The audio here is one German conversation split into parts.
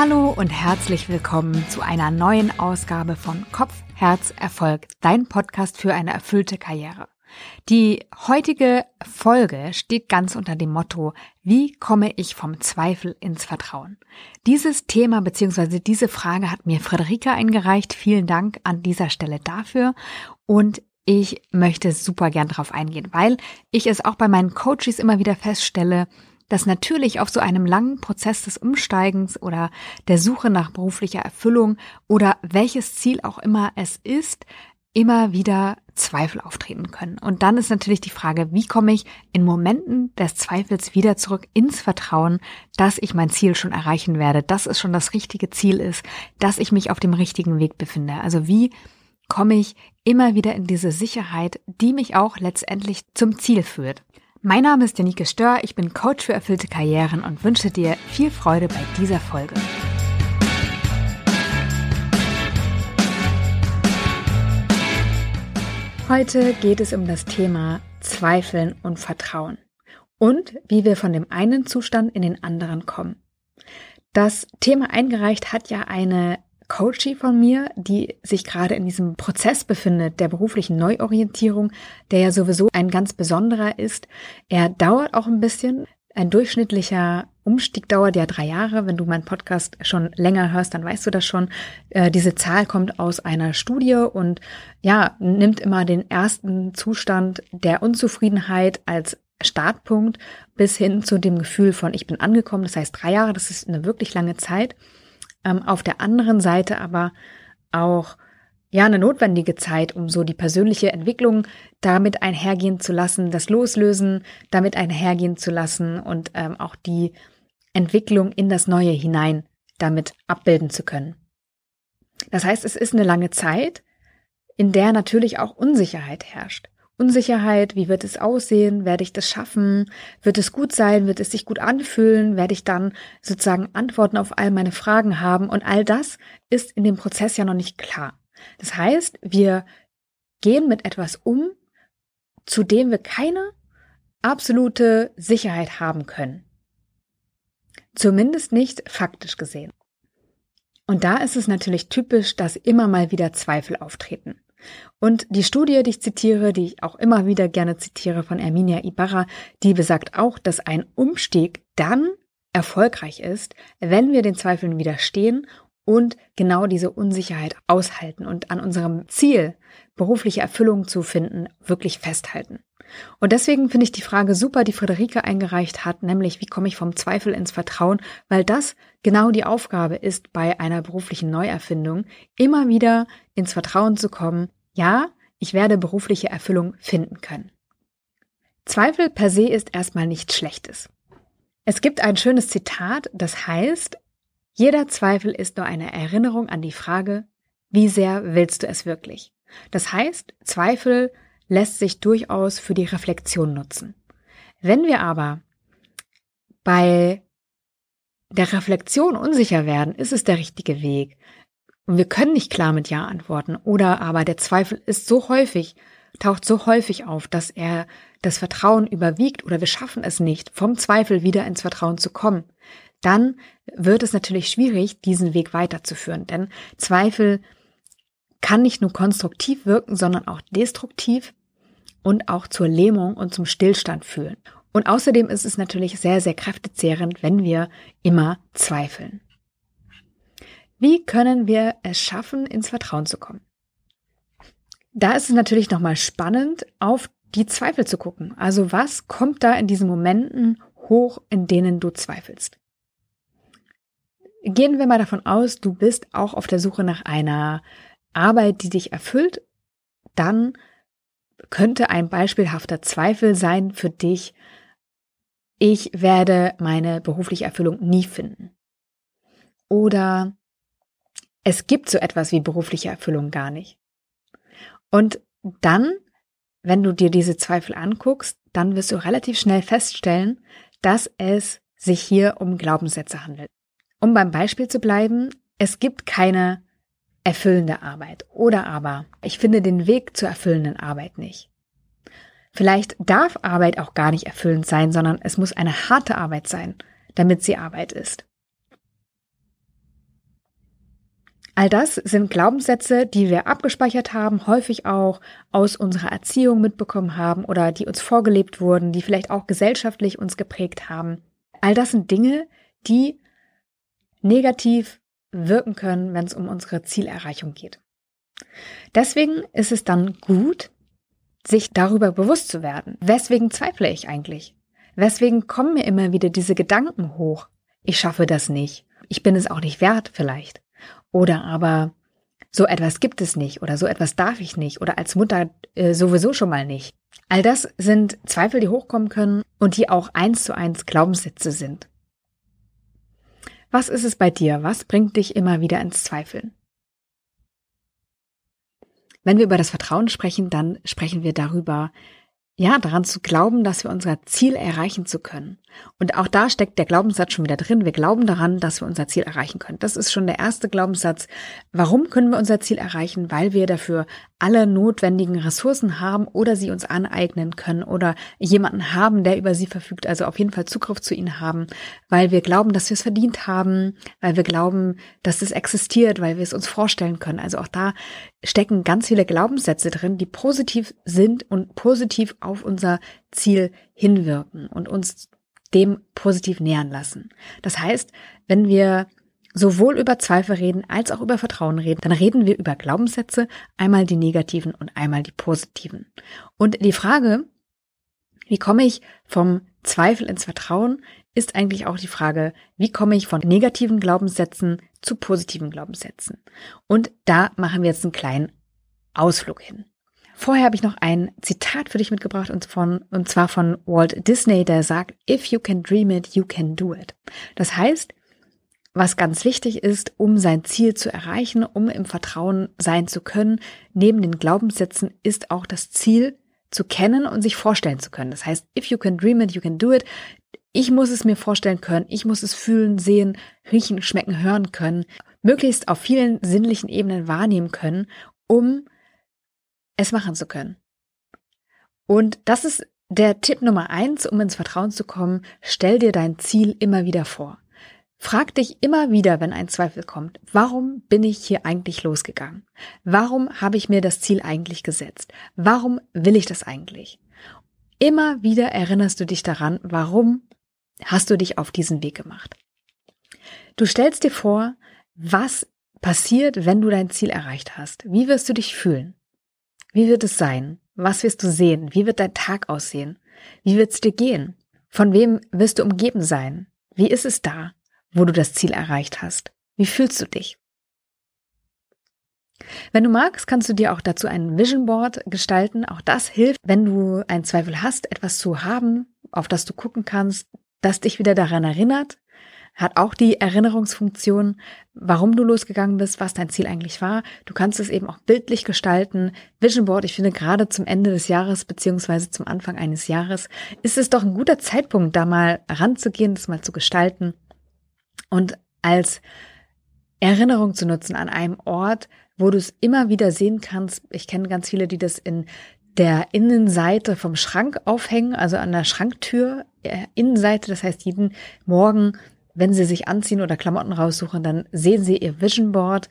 Hallo und herzlich willkommen zu einer neuen Ausgabe von Kopf, Herz, Erfolg, dein Podcast für eine erfüllte Karriere. Die heutige Folge steht ganz unter dem Motto: Wie komme ich vom Zweifel ins Vertrauen? Dieses Thema bzw. diese Frage hat mir Friederike eingereicht. Vielen Dank an dieser Stelle dafür. Und ich möchte super gern darauf eingehen, weil ich es auch bei meinen Coaches immer wieder feststelle, dass natürlich auf so einem langen Prozess des Umsteigens oder der Suche nach beruflicher Erfüllung oder welches Ziel auch immer es ist, immer wieder Zweifel auftreten können. Und dann ist natürlich die Frage, wie komme ich in Momenten des Zweifels wieder zurück ins Vertrauen, dass ich mein Ziel schon erreichen werde, dass es schon das richtige Ziel ist, dass ich mich auf dem richtigen Weg befinde. Also wie komme ich immer wieder in diese Sicherheit, die mich auch letztendlich zum Ziel führt. Mein Name ist Janike Stör, ich bin Coach für erfüllte Karrieren und wünsche dir viel Freude bei dieser Folge. Heute geht es um das Thema Zweifeln und Vertrauen und wie wir von dem einen Zustand in den anderen kommen. Das Thema eingereicht hat ja eine Coachie von mir, die sich gerade in diesem Prozess befindet, der beruflichen Neuorientierung, der ja sowieso ein ganz besonderer ist. Er dauert auch ein bisschen. Ein durchschnittlicher Umstieg dauert ja 3 Jahre. Wenn du meinen Podcast schon länger hörst, dann weißt du das schon. Diese Zahl kommt aus einer Studie und ja, nimmt immer den ersten Zustand der Unzufriedenheit als Startpunkt bis hin zu dem Gefühl von ich bin angekommen. Das heißt 3 Jahre, das ist eine wirklich lange Zeit. Auf der anderen Seite aber auch ja eine notwendige Zeit, um so die persönliche Entwicklung damit einhergehen zu lassen, das Loslösen damit einhergehen zu lassen und auch die Entwicklung in das Neue hinein damit abbilden zu können. Das heißt, es ist eine lange Zeit, in der natürlich auch Unsicherheit herrscht. Unsicherheit, wie wird es aussehen, werde ich das schaffen, wird es gut sein, wird es sich gut anfühlen, werde ich dann sozusagen Antworten auf all meine Fragen haben und all das ist in dem Prozess ja noch nicht klar. Das heißt, wir gehen mit etwas um, zu dem wir keine absolute Sicherheit haben können. Zumindest nicht faktisch gesehen. Und da ist es natürlich typisch, dass immer mal wieder Zweifel auftreten. Und die Studie, die ich zitiere, die ich auch immer wieder gerne zitiere von Erminia Ibarra, die besagt auch, dass ein Umstieg dann erfolgreich ist, wenn wir den Zweifeln widerstehen und genau diese Unsicherheit aushalten und an unserem Ziel, berufliche Erfüllung zu finden, wirklich festhalten. Und deswegen finde ich die Frage super, die Friederike eingereicht hat, nämlich wie komme ich vom Zweifel ins Vertrauen, weil das genau die Aufgabe ist bei einer beruflichen Neuerfindung, immer wieder ins Vertrauen zu kommen, ja, ich werde berufliche Erfüllung finden können. Zweifel per se ist erstmal nichts Schlechtes. Es gibt ein schönes Zitat, das heißt, jeder Zweifel ist nur eine Erinnerung an die Frage, wie sehr willst du es wirklich? Das heißt, Zweifel lässt sich durchaus für die Reflexion nutzen. Wenn wir aber bei der Reflexion unsicher werden, ist es der richtige Weg und wir können nicht klar mit Ja antworten oder aber der Zweifel ist taucht so häufig auf, dass er das Vertrauen überwiegt oder wir schaffen es nicht, vom Zweifel wieder ins Vertrauen zu kommen, dann wird es natürlich schwierig, diesen Weg weiterzuführen, denn Zweifel kann nicht nur konstruktiv wirken, sondern auch destruktiv und auch zur Lähmung und zum Stillstand führen. Und außerdem ist es natürlich sehr, sehr kräftezehrend, wenn wir immer zweifeln. Wie können wir es schaffen, ins Vertrauen zu kommen? Da ist es natürlich nochmal spannend, auf die Zweifel zu gucken. Also was kommt da in diesen Momenten hoch, in denen du zweifelst? Gehen wir mal davon aus, du bist auch auf der Suche nach einer Arbeit, die dich erfüllt, dann könnte ein beispielhafter Zweifel sein für dich, ich werde meine berufliche Erfüllung nie finden. Oder es gibt so etwas wie berufliche Erfüllung gar nicht. Und dann, wenn du dir diese Zweifel anguckst, dann wirst du relativ schnell feststellen, dass es sich hier um Glaubenssätze handelt. Um beim Beispiel zu bleiben, es gibt keine erfüllende Arbeit oder aber ich finde den Weg zur erfüllenden Arbeit nicht. Vielleicht darf Arbeit auch gar nicht erfüllend sein, sondern es muss eine harte Arbeit sein, damit sie Arbeit ist. All das sind Glaubenssätze, die wir abgespeichert haben, häufig auch aus unserer Erziehung mitbekommen haben oder die uns vorgelebt wurden, die vielleicht auch gesellschaftlich uns geprägt haben. All das sind Dinge, die negativ wirken können, wenn es um unsere Zielerreichung geht. Deswegen ist es dann gut, sich darüber bewusst zu werden. Weswegen zweifle ich eigentlich? Weswegen kommen mir immer wieder diese Gedanken hoch? Ich schaffe das nicht. Ich bin es auch nicht wert vielleicht. Oder aber so etwas gibt es nicht oder so etwas darf ich nicht oder als Mutter sowieso schon mal nicht. All das sind Zweifel, die hochkommen können und die auch 1:1 Glaubenssätze sind. Was ist es bei dir? Was bringt dich immer wieder ins Zweifeln? Wenn wir über das Vertrauen sprechen, dann sprechen wir darüber, daran zu glauben, dass wir unser Ziel erreichen zu können. Und auch da steckt der Glaubenssatz schon wieder drin. Wir glauben daran, dass wir unser Ziel erreichen können. Das ist schon der erste Glaubenssatz. Warum können wir unser Ziel erreichen? Weil wir dafür alle notwendigen Ressourcen haben oder sie uns aneignen können oder jemanden haben, der über sie verfügt, also auf jeden Fall Zugriff zu ihnen haben, weil wir glauben, dass wir es verdient haben, weil wir glauben, dass es existiert, weil wir es uns vorstellen können. Also auch da stecken ganz viele Glaubenssätze drin, die positiv sind und positiv auf unser Ziel hinwirken und uns dem positiv nähern lassen. Das heißt, wenn wir sowohl über Zweifel reden als auch über Vertrauen reden, dann reden wir über Glaubenssätze, einmal die negativen und einmal die positiven. Und die Frage, wie komme ich vom Zweifel ins Vertrauen, ist eigentlich auch die Frage, wie komme ich von negativen Glaubenssätzen zu positiven Glaubenssätzen. Und da machen wir jetzt einen kleinen Ausflug hin. Vorher habe ich noch ein Zitat für dich mitgebracht und zwar von Walt Disney, der sagt, "If you can dream it, you can do it." Das heißt, was ganz wichtig ist, um sein Ziel zu erreichen, um im Vertrauen sein zu können, neben den Glaubenssätzen ist auch das Ziel zu kennen und sich vorstellen zu können. Das heißt, if you can dream it, you can do it. Ich muss es mir vorstellen können, ich muss es fühlen, sehen, riechen, schmecken, hören können, möglichst auf vielen sinnlichen Ebenen wahrnehmen können, um es machen zu können. Und das ist der Tipp Nummer 1, um ins Vertrauen zu kommen. Stell dir dein Ziel immer wieder vor. Frag dich immer wieder, wenn ein Zweifel kommt, warum bin ich hier eigentlich losgegangen? Warum habe ich mir das Ziel eigentlich gesetzt? Warum will ich das eigentlich? Immer wieder erinnerst du dich daran, warum hast du dich auf diesen Weg gemacht. Du stellst dir vor, was passiert, wenn du dein Ziel erreicht hast. Wie wirst du dich fühlen? Wie wird es sein? Was wirst du sehen? Wie wird dein Tag aussehen? Wie wird es dir gehen? Von wem wirst du umgeben sein? Wie ist es da, wo du das Ziel erreicht hast? Wie fühlst du dich? Wenn du magst, kannst du dir auch dazu ein Vision Board gestalten. Auch das hilft, wenn du einen Zweifel hast, etwas zu haben, auf das du gucken kannst, das dich wieder daran erinnert. Hat auch die Erinnerungsfunktion, warum du losgegangen bist, was dein Ziel eigentlich war. Du kannst es eben auch bildlich gestalten. Vision Board, ich finde gerade zum Ende des Jahres beziehungsweise zum Anfang eines Jahres ist es doch ein guter Zeitpunkt, da mal ranzugehen, das mal zu gestalten und als Erinnerung zu nutzen an einem Ort, wo du es immer wieder sehen kannst. Ich kenne ganz viele, die das in der Innenseite vom Schrank aufhängen, also an der Schranktür, Innenseite. Das heißt, jeden Morgen, wenn sie sich anziehen oder Klamotten raussuchen, dann sehen sie ihr Vision Board.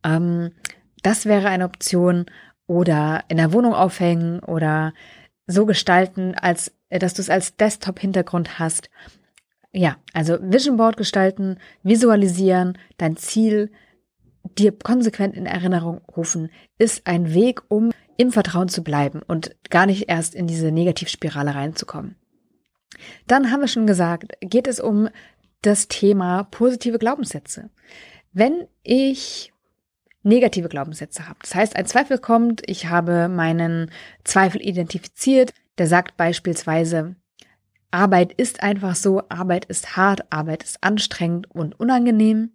Das wäre eine Option. Oder in der Wohnung aufhängen oder so gestalten, dass du es als Desktop-Hintergrund hast. Ja, also Vision Board gestalten, visualisieren, dein Ziel dir konsequent in Erinnerung rufen, ist ein Weg, um im Vertrauen zu bleiben und gar nicht erst in diese Negativspirale reinzukommen. Dann haben wir schon gesagt, geht es um das Thema positive Glaubenssätze. Wenn ich negative Glaubenssätze habe, das heißt, ein Zweifel kommt, ich habe meinen Zweifel identifiziert, der sagt beispielsweise, Arbeit ist einfach so, Arbeit ist hart, Arbeit ist anstrengend und unangenehm.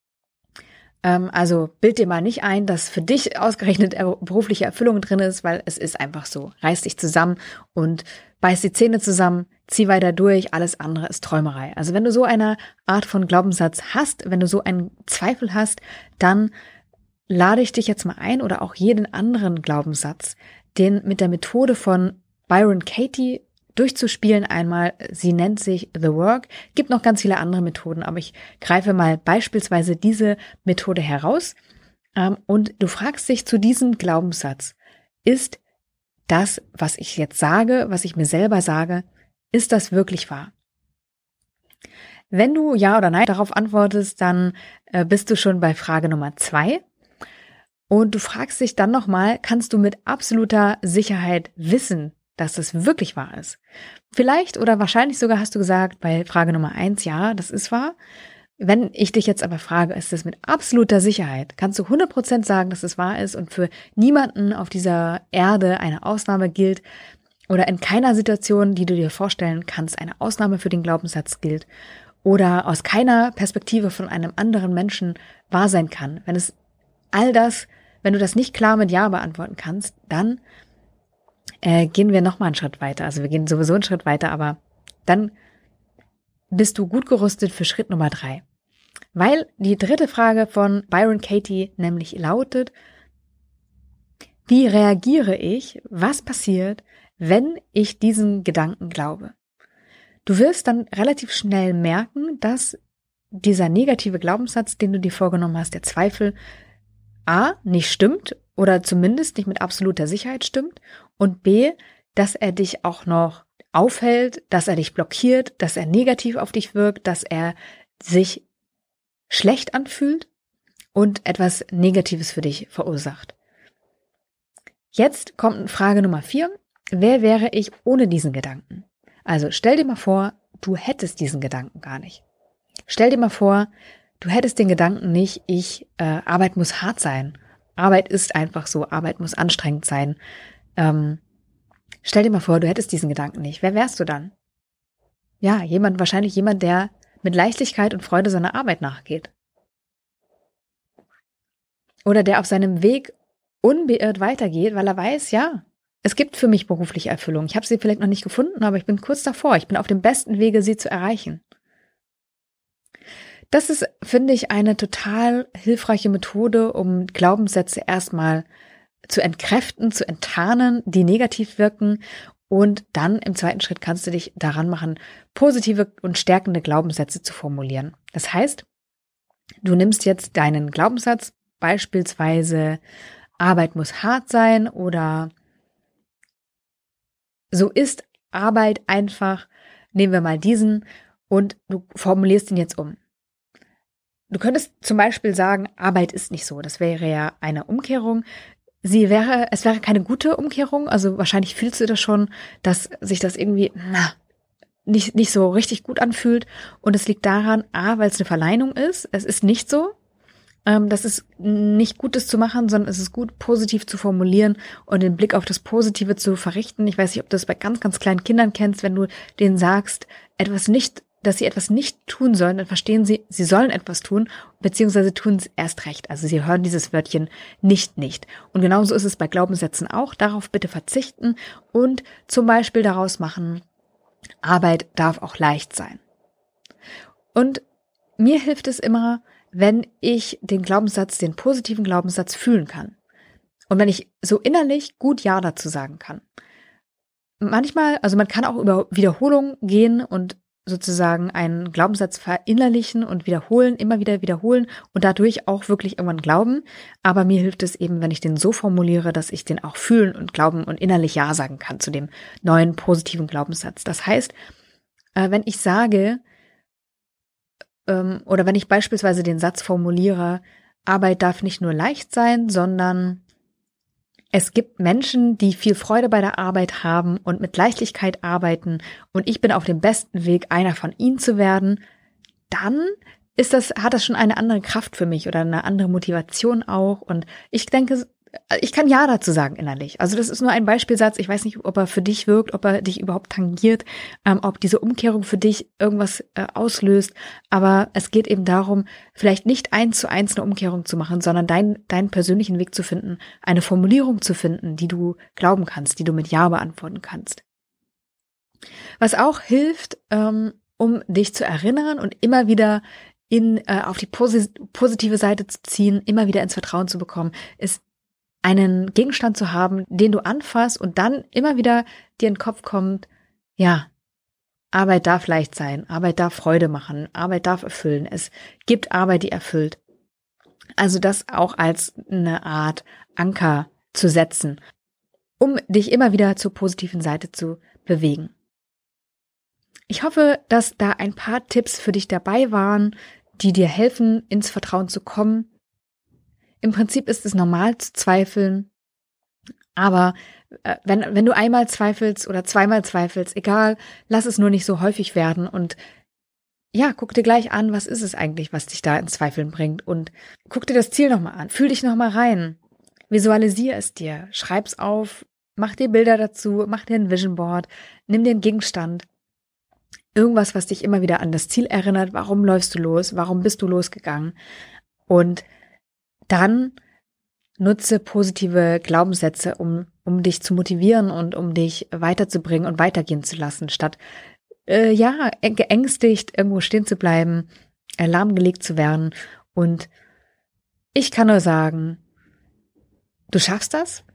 Also bild dir mal nicht ein, dass für dich ausgerechnet berufliche Erfüllung drin ist, weil es ist einfach so. Reiß dich zusammen und beiß die Zähne zusammen, zieh weiter durch, alles andere ist Träumerei. Also wenn du so eine Art von Glaubenssatz hast, wenn du so einen Zweifel hast, dann lade ich dich jetzt mal ein oder auch jeden anderen Glaubenssatz, den mit der Methode von Byron Katie durchzuspielen einmal. Sie nennt sich The Work. Gibt noch ganz viele andere Methoden, aber ich greife mal beispielsweise diese Methode heraus. Und du fragst dich zu diesem Glaubenssatz, ist das, was ich jetzt sage, was ich mir selber sage, ist das wirklich wahr? Wenn du Ja oder Nein darauf antwortest, dann bist du schon bei Frage Nummer 2. Und du fragst dich dann nochmal, kannst du mit absoluter Sicherheit wissen, dass das wirklich wahr ist? Vielleicht oder wahrscheinlich sogar hast du gesagt bei Frage Nummer 1, ja, das ist wahr. Wenn ich dich jetzt aber frage, ist das mit absoluter Sicherheit, kannst du 100% sagen, dass es wahr ist und für niemanden auf dieser Erde eine Ausnahme gilt oder in keiner Situation, die du dir vorstellen kannst, eine Ausnahme für den Glaubenssatz gilt oder aus keiner Perspektive von einem anderen Menschen wahr sein kann. Wenn du das nicht klar mit Ja beantworten kannst, dann gehen wir nochmal einen Schritt weiter. Also wir gehen sowieso einen Schritt weiter, aber dann bist du gut gerüstet für Schritt Nummer 3. Weil die dritte Frage von Byron Katie nämlich lautet, wie reagiere ich, was passiert, wenn ich diesen Gedanken glaube? Du wirst dann relativ schnell merken, dass dieser negative Glaubenssatz, den du dir vorgenommen hast, der Zweifel, A, nicht stimmt oder zumindest nicht mit absoluter Sicherheit stimmt und B, dass er dich auch noch aufhält, dass er dich blockiert, dass er negativ auf dich wirkt, dass er sich schlecht anfühlt und etwas Negatives für dich verursacht. Jetzt kommt Frage Nummer 4. Wer wäre ich ohne diesen Gedanken? Also stell dir mal vor, du hättest diesen Gedanken gar nicht. Stell dir mal vor, du hättest den Gedanken nicht, Arbeit muss hart sein. Arbeit ist einfach so, Arbeit muss anstrengend sein. Stell dir mal vor, du hättest diesen Gedanken nicht. Wer wärst du dann? Ja, wahrscheinlich jemand, der mit Leichtigkeit und Freude seiner Arbeit nachgeht. Oder der auf seinem Weg unbeirrt weitergeht, weil er weiß, ja, es gibt für mich berufliche Erfüllung. Ich habe sie vielleicht noch nicht gefunden, aber ich bin kurz davor. Ich bin auf dem besten Wege, sie zu erreichen. Das ist, finde ich, eine total hilfreiche Methode, um Glaubenssätze erstmal zu entkräften, zu enttarnen, die negativ wirken. Und dann im zweiten Schritt kannst du dich daran machen, positive und stärkende Glaubenssätze zu formulieren. Das heißt, du nimmst jetzt deinen Glaubenssatz, beispielsweise Arbeit muss hart sein oder so ist Arbeit einfach, nehmen wir mal diesen und du formulierst ihn jetzt um. Du könntest zum Beispiel sagen, Arbeit ist nicht so. Das wäre ja eine Umkehrung. Es wäre keine gute Umkehrung. Also wahrscheinlich fühlst du das schon, dass sich das irgendwie nicht so richtig gut anfühlt. Und es liegt daran, weil es eine Verneinung ist. Es ist nicht so. Das ist nicht Gutes zu machen, sondern es ist gut, positiv zu formulieren und den Blick auf das Positive zu verrichten. Ich weiß nicht, ob du das bei ganz, ganz kleinen Kindern kennst, wenn du denen sagst, dass sie etwas nicht tun sollen, dann verstehen sie sollen etwas tun, beziehungsweise tun es erst recht. Also sie hören dieses Wörtchen nicht. Und genauso ist es bei Glaubenssätzen auch. Darauf bitte verzichten und zum Beispiel daraus machen, Arbeit darf auch leicht sein. Und mir hilft es immer, wenn ich den positiven Glaubenssatz fühlen kann. Und wenn ich so innerlich gut Ja dazu sagen kann. Manchmal, also man kann auch über Wiederholung gehen und sozusagen einen Glaubenssatz verinnerlichen und wiederholen, immer wieder wiederholen und dadurch auch wirklich irgendwann glauben. Aber mir hilft es eben, wenn ich den so formuliere, dass ich den auch fühlen und glauben und innerlich Ja sagen kann zu dem neuen positiven Glaubenssatz. Das heißt, wenn ich sage, oder wenn ich beispielsweise den Satz formuliere, Arbeit darf nicht nur leicht sein, sondern es gibt Menschen, die viel Freude bei der Arbeit haben und mit Leichtigkeit arbeiten und ich bin auf dem besten Weg, einer von ihnen zu werden, dann hat das schon eine andere Kraft für mich oder eine andere Motivation auch und ich denke, ich kann Ja dazu sagen innerlich. Also das ist nur ein Beispielsatz. Ich weiß nicht, ob er für dich wirkt, ob er dich überhaupt tangiert, ob diese Umkehrung für dich irgendwas auslöst. Aber es geht eben darum, vielleicht nicht 1:1 eine Umkehrung zu machen, sondern deinen persönlichen Weg zu finden, eine Formulierung zu finden, die du glauben kannst, die du mit Ja beantworten kannst. Was auch hilft, um dich zu erinnern und immer wieder auf die positive Seite zu ziehen, immer wieder ins Vertrauen zu bekommen, ist einen Gegenstand zu haben, den du anfasst und dann immer wieder dir in den Kopf kommt, ja, Arbeit darf leicht sein, Arbeit darf Freude machen, Arbeit darf erfüllen, es gibt Arbeit, die erfüllt. Also das auch als eine Art Anker zu setzen, um dich immer wieder zur positiven Seite zu bewegen. Ich hoffe, dass da ein paar Tipps für dich dabei waren, die dir helfen, ins Vertrauen zu kommen. Im Prinzip ist es normal zu zweifeln, aber wenn du einmal zweifelst oder zweimal zweifelst, egal, lass es nur nicht so häufig werden und ja, guck dir gleich an, was ist es eigentlich, was dich da in Zweifeln bringt und guck dir das Ziel nochmal an, fühl dich nochmal rein, visualisier es dir, schreib's auf, mach dir Bilder dazu, mach dir ein Vision Board, nimm dir einen Gegenstand, irgendwas, was dich immer wieder an das Ziel erinnert, warum läufst du los, warum bist du losgegangen und dann nutze positive Glaubenssätze, um dich zu motivieren und um dich weiterzubringen und weitergehen zu lassen, statt geängstigt irgendwo stehen zu bleiben, lahmgelegt zu werden. Und ich kann nur sagen, du schaffst das,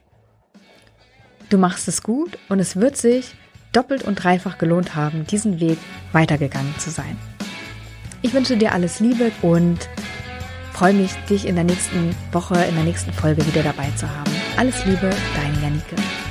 du machst es gut und es wird sich doppelt und dreifach gelohnt haben, diesen Weg weitergegangen zu sein. Ich wünsche dir alles Liebe und freue mich, dich in der nächsten Woche, in der nächsten Folge wieder dabei zu haben. Alles Liebe, deine Janike.